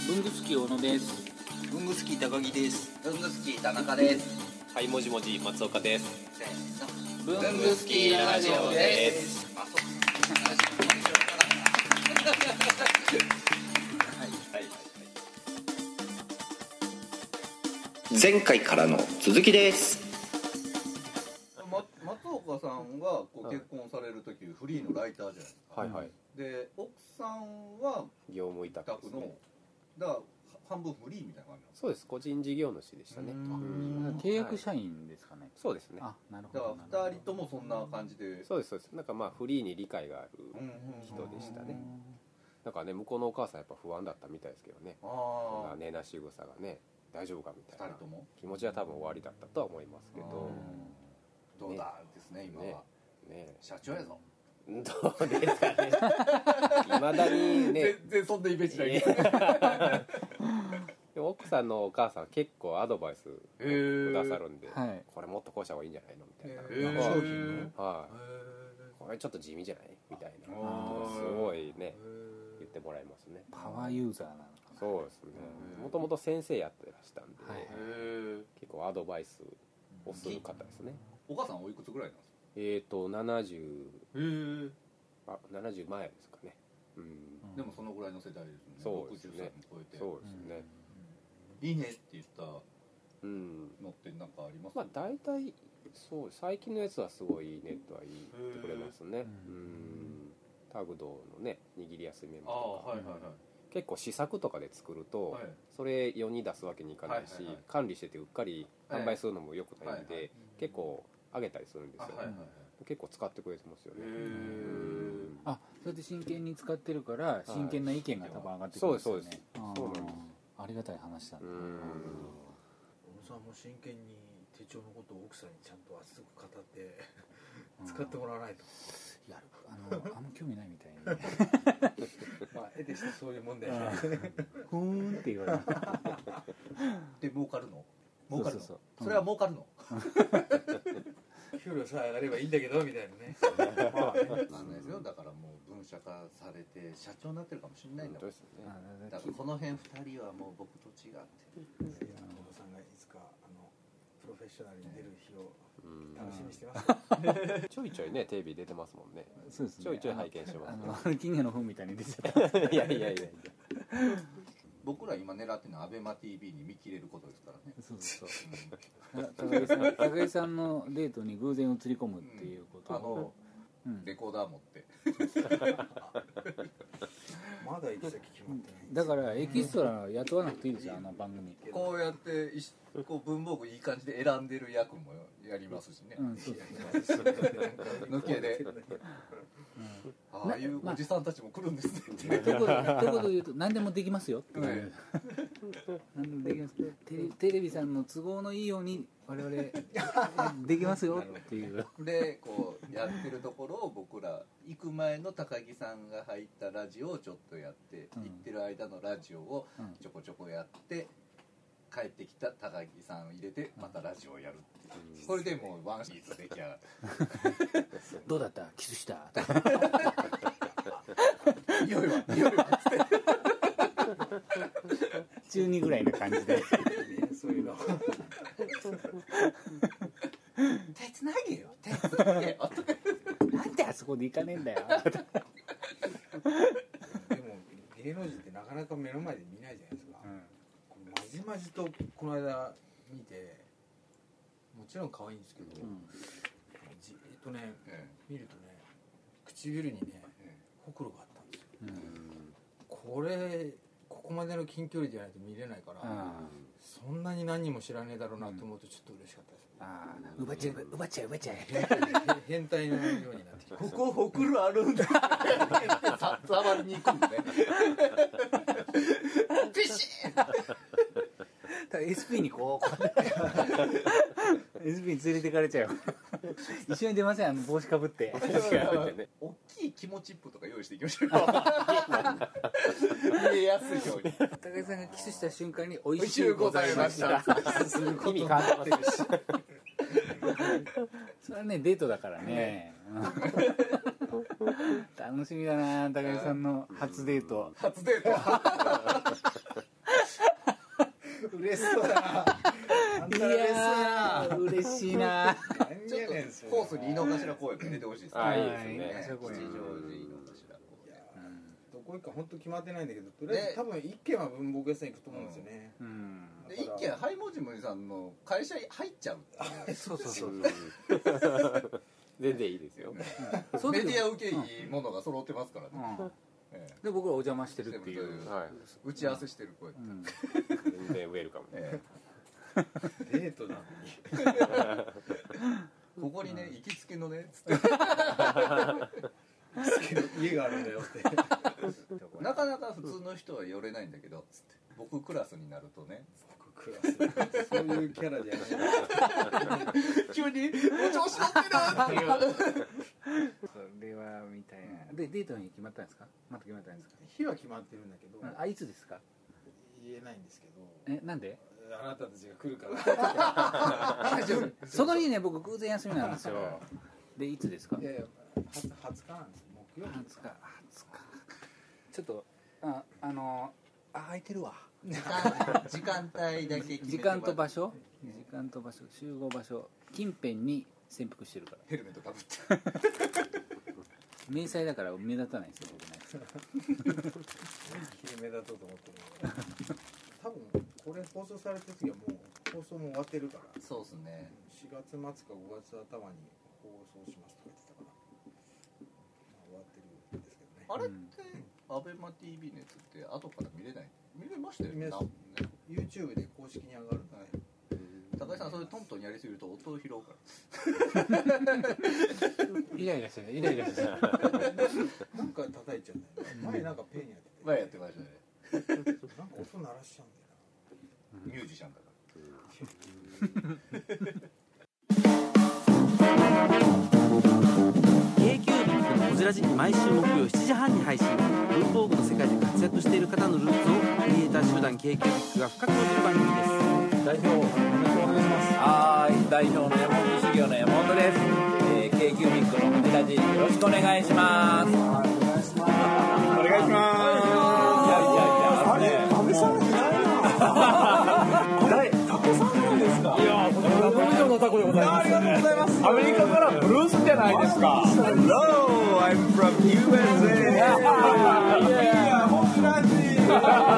文具好き小野です。 文具好き高木です。 文具好き田中です。 はい、もじもじ松岡です。 せーの、 文具好きラジオです。 あ、そう前回からの続きです。 松岡さんがこう結婚されるときフリーのライターじゃないですか。 はいはい。 で奥さんは業務委託ですのね。 だから半分フリーみたいな感じなんですか。 そうです。個人事業主でしたね。 契約社員ですかね。 そうですね。 あ、なるほど。 だから2人ともそんな感じで。 そうですそうです。なんかまあフリーに理解がある人でしたね。なんかね、向こうのお母さんやっぱ不安だったみたいですけどね。 ああ。 ねなしぐさがね大丈夫かみたいな。 2人とも気持ちは多分終わりだったとは思いますけど。 どうだですね今は。 ね社長やぞ。 どうですかね。未だにね。 全然そんなイメージない。 でも奥さんのお母さんは結構アドバイスくださるんで、これもっとこうした方がいいんじゃないのみたいな、 商品の、 これちょっと地味じゃないみたいな、すごいね言ってもらいますね。 パワーユーザーなのかな。 そうですね。もともと先生やってらしたんで、結構アドバイスをする方ですね。 お母さんおいくつぐらいなんですか。 70前ですかね。 でもそのぐらいの世代ですね。 そうですね。 60歳も超えて。 そうですね。 いいねって言ったのって何かあります？ まあ大体そう最近のやつはすごいいいねとは言ってくれますね。タグドのね握りやすいメモとか、結構試作とかで作ると、それ世に出すわけにいかないし、管理しててうっかり販売するのもよくないんで、結構あげたりするんですよ。結構使ってくれてますよね。 あ、それで真剣に使ってるから真剣な意見が多分上がってくるんですよね。そうなんです。ありがたい話だね。 小野さんも真剣に手帳のことを奥さんにちゃんと熱く語って使ってもらわないと。 いや、あんま興味ないみたいに。 まあ絵でしてそういうもんだよね。 ふーんって言われる。 で儲かるの？儲かるの？ そうそれは儲かるの？ 給料さえ上がればいいんだけどみたいなね。 まあね、なんですよ。だからもう文社化されて社長になってるかもしれないんだもん。だからこの辺2人はもう僕と違って。 小野さんがいつかプロフェッショナルに出る日を楽しみにしてます。 ちょいちょいねテレビ出てますもんね。 そうですね。 ちょいちょい拝見してますね。 金魚の糞みたいに出ちゃった。 いやいやいやいや。 僕ら今狙ってるのはアベマ TV に見切れることですからね。 そうそうそう高木さんのデートに偶然映り込むっていうことを、 レコーダー持ってまだ行き先決まってない。 だからエキストラ雇わなくていいですよ、あの番組。 こうやってこう文房具いい感じで選んでる役もやりますしね。抜けでああいうおじさんたちも来るんですね。 ということで言うと何でもできますよっていう。何でもできます。テレビさんの都合のいいように我々できますよっていう。 でこうやってるところを僕ら行く前の高木さんが入ったラジオをちょっとやって、行ってる間のラジオをちょこちょこやって、帰ってきた高木さんを入れてまたラジオをやるっていう、これでもうワンシーズン出来上がる。 どうだった？キスした？ 匂いはって中2ぐらいな感じでそういうの。 手つなげよなんであそこで行かねえんだよ。 でも芸能人ってなかなか目の前で見ないじゃないですか。まじまじとこの間見て、もちろん可愛いんですけど、じっとね、見るとね、唇にね、ほくろがあったんですよ。ここまでの近距離じゃないと見れないから、そんなに何人も知らねえだろうなと思うとちょっと嬉しかったです。 奪っちゃえ変態のようになってきました。 ここほくろあるんだ触りに行くんでね。ビシッ SP にこうSP に連れてかれちゃう。一緒に出ません、帽子かぶって。 大きい気持ちっぷとか用意していきましょう。見えやすいように。 高木さんがキスした瞬間に美美味しゅうございました。 意味変わってるし。それはねデートだからね。楽しみだな、高木さんの初デート。 初デート。 嬉しそうだな。あんたら嬉しそうやな。 嬉しいな。 ちょっとコースに井の頭公園入れてほしいですね。 あ、いいですね。 吉祥寺井の頭公園。 どこ行くか本当決まってないんだけど、とりあえず多分一軒は文房具屋さん行くと思うんですよね。 で一軒ハイモジムさんの会社に入っちゃう。 そうそうそう。 全然いいですよ。 メディア受けいいものが揃ってますからね。 で僕らお邪魔してるっていう、 打ち合わせしてる声。 全然ウェルカム。 デートなのに。 ここにね行きつけのねつって家があるんだよって。 なかなか普通の人は寄れないんだけどつって僕クラスになるとねクラスそういうキャラじゃない急にお調子乗ってるっていうそれはみたいな。でデートに決まったんですか？また決まったんですか？ 日は決まってるんだけど、 あ、いつですか？ 言えないんですけど。 なんで？ あなたたちが来るからその日ね僕偶然休みなんですよ。でいつですか？ いやいや20日なんですよ。木曜日。 20日。ちょっと空いてるわ。 時間帯だけ決めて時間と場所集合場所近辺に潜伏してるから。 ヘルメットかぶって迷彩だから目立たないんですよ僕ね。 目立とうと思ってる。多分これ放送されてる時はもう放送も終わってるから。 そうですね。 4月末か5月頭に放送しますとか言ってたから、終わってるんですけどね。 あれってアベマ TV のやつって後から見れない？見れましたよね。 YouTube で公式に上がるんだね。 高井さんそれトントンやりすぎると音を拾うからイライラしてるイライラしてる。 なんか叩いちゃうんだよね。前なんかペンやってて、 前やってましたね。 なんか音鳴らしちゃうんだよな。 ミュージシャンだから。 K-Cubic のこじらじ毎週木曜7時半に配信。文房具の世界で活躍している方のルーツをクリエイター集団 K-Cubic が深く落ちる番組です。 代表よろしくお願いします。はい、代表の山本修行の山本です。K-Cubic のこじらじよろしくお願いします。お願いします。お願いします。いやあれタコさんいないな。誰？タコさんなんですか？いや、これ以上のタコでございます。ありがとうございます。アメリカからブルースじゃないですか。Hello, I'm from USA. いや、もちらしい。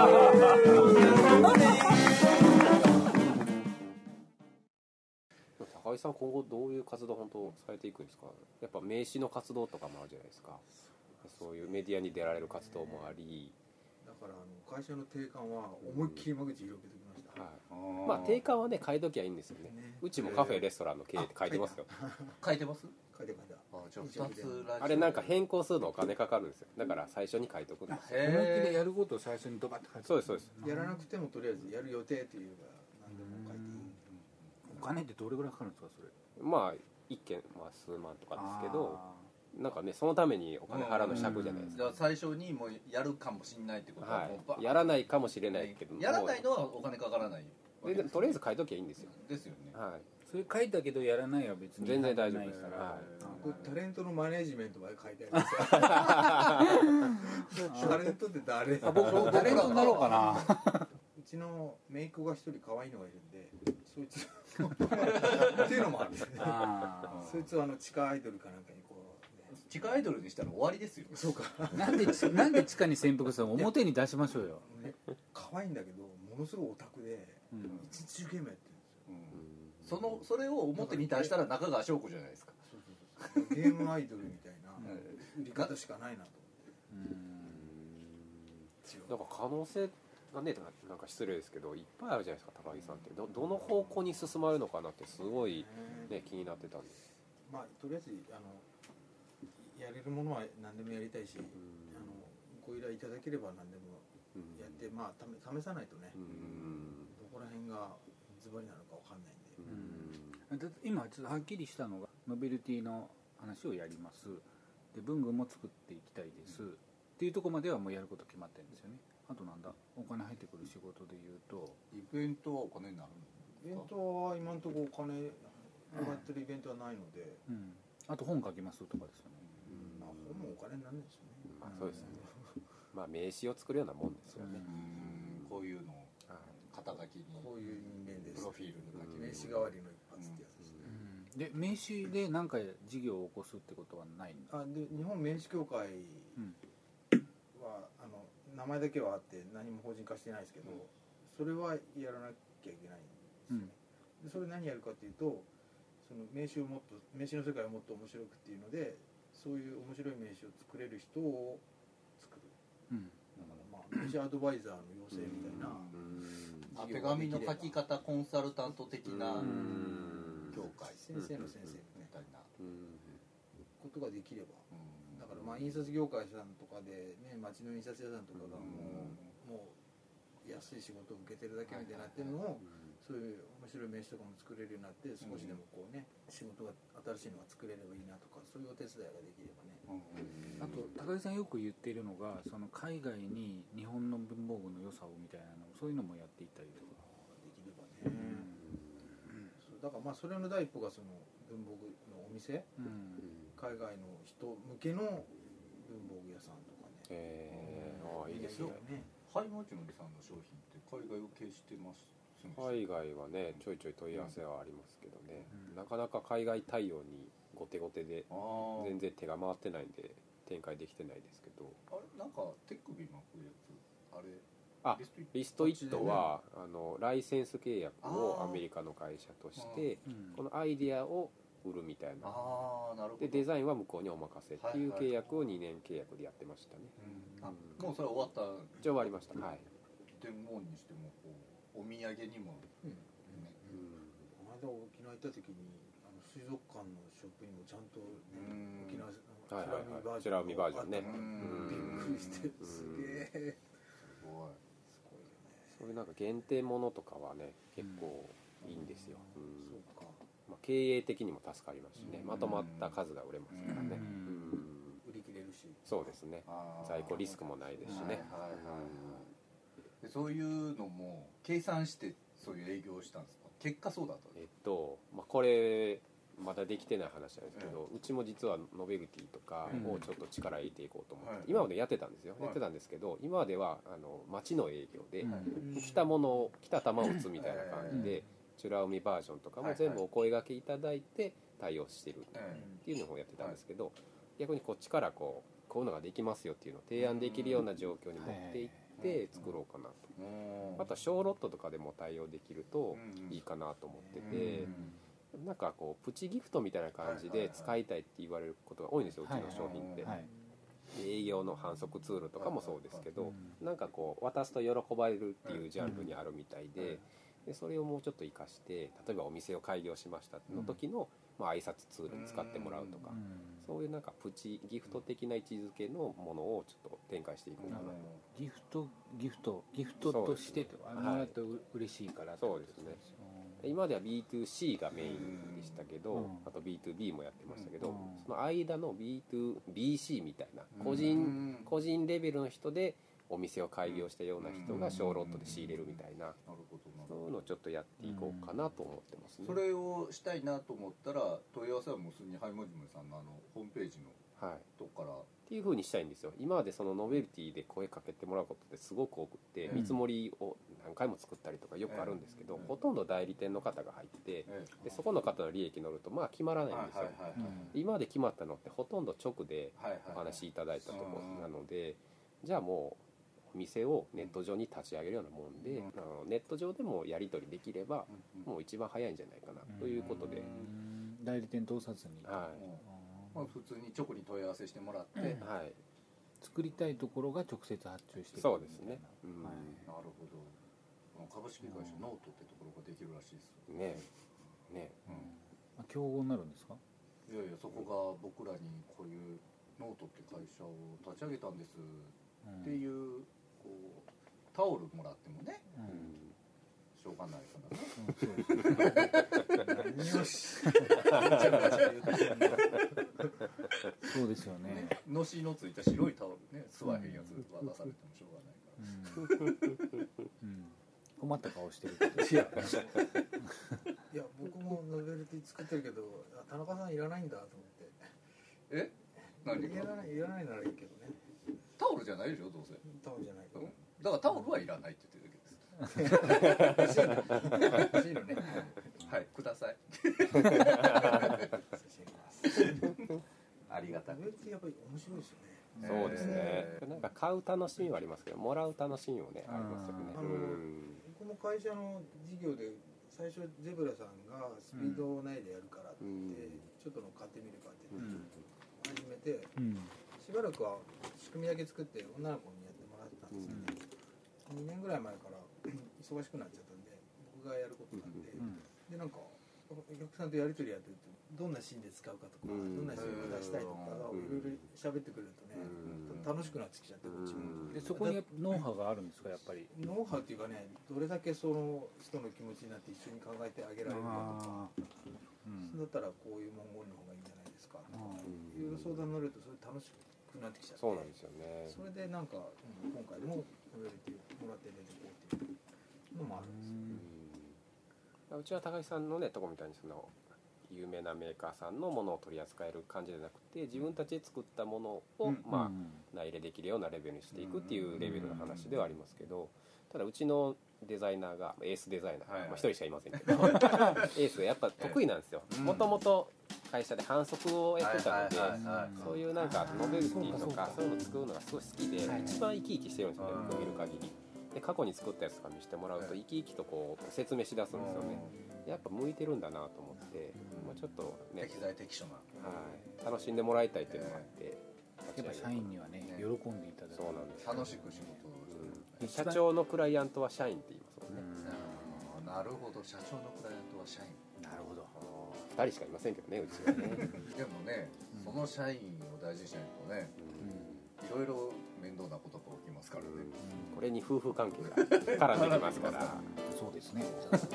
高井さん今後どういう活動本当されていくんですか？やっぱ名刺の活動とかもあるじゃないですか。そういうメディアに出られる活動もあり、 だから会社の定款は思いっきり間口広げてきました。 はい、まあ定款はね書いときゃいいんですよね。うちもカフェレストランの経営って書いてますよ。 書いてます？ 書いてた。 じゃあ2つラジオあれなんか変更するのお金かかるんですよ。だから最初に書いとくんですよ。 思いっきりやることを最初にドバッと書いて。 そうですそうです。 やらなくてもとりあえずやる予定っていうか何でも書いていい。 お金ってどれぐらいかかるんですかそれ？ まあ一件まあ数万とかですけど、なんかねそのためにお金払うの尺じゃないですか。 じゃあ最初にもうやるかもしれないってことはもうはい。やらないかもしれないけど、 やらないのはお金かからない。 でとりあえず書いときゃいいんですよ。 ですよね。 はい。 それ書いたけどやらないは別に全然大丈夫です。 から。 はこれタレントのマネージメントまで書いてあるんですよ。タレントって誰？ 僕タレントになろうかな。 うちの姪っ子が一人可愛いのがいるんで、そいつっていうのもあるんですね。そいつは地下アイドルかなんかにこう、 地下アイドルにしたら終わりですよ。 そうか。 なんで地下に潜伏するの？表に出しましょうよ。 可愛いんだけどものすごいオタクで一生懸命やってるんですよ。 それを表に出したら中川翔子じゃないですか。 ゲームアイドルみたいな売り方しかないなと思って。 なんか可能性がねなんか失礼ですけどいっぱいあるじゃないですか高木さんって。どの方向に進まれるのかなってすごいね気になってたんです。 まあとりあえずやれるものは何でもやりたいし、ご依頼いただければ何でもやって、まあ試さないとね、どこら辺がズバリなのかわかんないんで。 今ちょっとはっきりしたのがノベルティの話をやります。で文具も作っていきたいです。っていうところまではもうやること決まってるんですよね。あとなんだお金入ってくる仕事でいうとイベントはお金になるんイベントは今のところお金もらってるイベントはないので、 あと本書きますとかですよね。 まあ本もお金にならないですよね。 そうですね。まあ名刺を作るようなもんですよね。 こういうのを形肩書きにこういう人間ですプロフィールに書き名刺代わりの一発ってやつですね、 で名刺で何か事業を起こすってことはないんですか？ で日本名刺協会は、名前だけはあって何も法人化してないですけど、それはやらなきゃいけないんですよね、でそれ何やるかっていうと、その名刺の世界をもっと面白くっていうので、そういう面白い名刺を作れる人を作る、だから名刺アドバイザーの養成みたいな、 手紙の書き方コンサルタント的な協会、 先生の先生みたいなことができれば、だから印刷業界さんとかでね、町の印刷屋さんとかがもう安い仕事を受けてるだけみたいになってるのを、そういう面白い名刺とかも作れるようになって、少しでもこうね、仕事が新しいのが作れればいいなとか、そういうお手伝いができればね。 あと高木さんよく言っているのが、その海外に日本の文房具の良さをみたいなの、そういうのもやっていったりとかできればね、そうだからそれの第一歩がその文房具のお店、海外の人向けの文房具屋さんとかね、 いいですよね。ハイマチモリさんの商品って海外受けしてます？ 海外はねちょいちょい問い合わせはありますけどね、なかなか海外対応に後手後手で全然手が回ってないんで展開できてないですけど、 あれなんか手首巻くやつ、あれリストイットはライセンス契約をアメリカの会社としてこのアイディアを売るみたいな、でデザインは向こうにお任せっていう契約を2年契約でやってましたね。 もうそれ終わった？ 一応終わりました。はい。 でもにしてもこうお土産にも、 この間沖縄行った時に水族館のショップにもちゃんと、沖縄チラ海バージョンね、 びっくりしてすげえすごいよね。 そういうなんか限定ものとかはね結構いいんですよ。 そうか、 経営的にも助かりますしね、まとまった数が売れますからね、 売り切れるし、 そうですね、在庫リスクもないですしね。 そういうのも計算してそういう営業をしたんですか？結果そうだったんですか？ これまだできてない話なんですけど、うちも実はノベルティとかをちょっと力入れていこうと思って、今までやってたんですよ、やってたんですけど、今までは町の営業で来たものを来た球を打つみたいな感じで、美ら海バージョンとかも全部お声掛けいただいて対応してるっていうのをやってたんですけど、逆にこっちからこういうのができますよっていうのを提案できるような状況に持っていって作ろうかなと。あとは小ロットとかでも対応できるといいかなと思ってて、なんかこうプチギフトみたいな感じで使いたいって言われることが多いんですよ、うちの商品って。営業の反則ツールとかもそうですけど、なんかこう渡すと喜ばれるっていうジャンルにあるみたいで、それをもうちょっと活かして、例えばお店を開業しましたの時の挨拶ツールに使ってもらうとか、そういうなんかプチギフト的な位置づけのものをちょっと展開していこうかなと。 ギフトとしてもらうと嬉しいから。 そうですね。今までは B2C がメインでしたけど、あと B2B もやってましたけど、その間の B2BC みたいな個人レベルの人でお店を開業したような人が小ロットで仕入れるみたいな、そういうのをちょっとやっていこうかなと思ってますね。 それをしたいなと思ったら問い合わせはもうすぐにハイモジモリさんのホームページのとこからっていう風にしたいんですよ。今までそのノベルティで声かけてもらうことってすごく多くて、見積もりを何回も作ったりとかよくあるんですけど、ほとんど代理店の方が入って、でそこの方の利益乗ると決まらないんですよ。今まで決まったのってほとんど直でお話しいただいたところなので、じゃあもうお店をネット上に立ち上げるようなもんで、ネット上でもやり取りできればもう一番早いんじゃないかなということで、 代理店通さずに、 普通に直に問い合わせしてもらって、 作りたいところが直接発注してくる。 そうですね。 なるほど。株式会社ノートってところができるらしいですね。 競合になるんですか？ いやいや、そこが僕らにこういうノートって会社を立ち上げたんですっていうこうタオルもらってもね、しょうがないかな。 何をしそうですよね。 のしのついた白いタオルね、吸わへんやつ渡されてもしょうがないから。 困った顔してるけど。 いや僕もノベルティ作ってるけど、田中さんいらないんだと思って。 何いらないならいいけどね。 タオルじゃないでしょ、どうせ。 タオルじゃないから。 だからタオルはいらないって言ってるだけです。 欲しいのね。 はい、ください。ありがたく。 これってやっぱり面白いですよね。 そうですね。なんか買う楽しみはありますけど、もらう楽しみもねありますよね。 僕も会社の事業で最初ゼブラさんがスピード内でやるからって言ってちょっとの買ってみればって始めて、しばらくは仕組みだけ作って女の子にやってもらってたんですけど、2年ぐらい前から忙しくなっちゃったんで僕がやることなんで、でなんかお客さんとやり取りやってるとどんなシーンで使うかとか、どんなシーンを出したいとかいろいろ喋ってくれるとね、楽しくなってきちゃってこっちも。 でそこにノウハウがあるんですかやっぱり。 ノウハウっていうかね、どれだけその人の気持ちになって一緒に考えてあげられるかとか、だったらこういう文言の方がいいんじゃないですかとか、いろいろ相談に乗るとそれ楽しくなってきちゃって、 そうなんですよね。 それでなんか今回もノベルティもらって出てこうっていうのもあるんですよ。 うちは高木さんのねとこみたいにその有名なメーカーさんのものを取り扱える感じじゃなくて、自分たちで作ったものをまあ内入れできるようなレベルにしていくっていうレベルの話ではありますけど、ただうちのデザイナーがエースデザイナー、まあ一人しかいませんけどエースがやっぱ得意なんですよ。もともと会社で販促をやってたので、そういうなんかノベルティとかそういうの作るのがすごい好きで、一番生き生きしてるんですよね、僕見る限り。で過去に作ったやつとか見せてもらうと生き生きとこう説明しだすんですよね。やっぱ向いてるんだなと思って、もうちょっとね適材適所な、 楽しんでもらいたいっていうのがあって、 やっぱ社員にはね喜んでいただく。 そうなんです。 楽しく仕事を社長のクライアントは社員って言いますもんね。 なるほど、社長のクライアントは社員。 なるほど。 2人しかいませんけどね、うちはね。 でもね、その社員を大事にしないとね、いろいろ面倒なことが起きますからね。 これに夫婦関係が絡んできますから。 そうですね。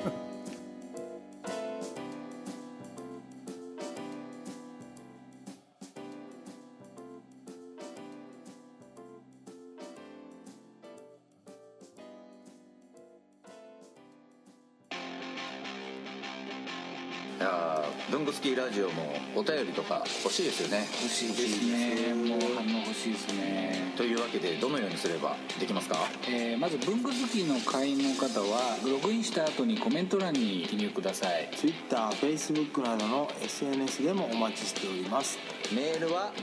文具スキーラジオもお便りとか欲しいですよね。 欲しいですね。もう反応欲しいですね。 というわけでどのようにすればできますか？ まず文具好きの会員の方はログインした後にコメント欄に記入ください。 Twitter、Facebook などの SNS でもお待ちしております。 メールは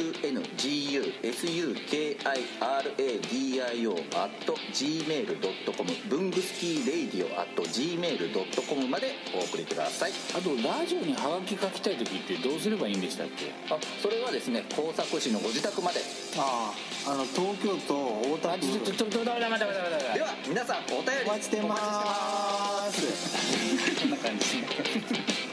bungusukiradio@gmail.com 文具スキーレイディオ@gmail.com までお送りください。 あとラジオにハガキ書きたい時ってどうすればいいんでしたっけ？ それはですね、工作士のご自宅まで。 東京都大田区。 では皆さんお便りお待ちしてます。 こんな感じですね。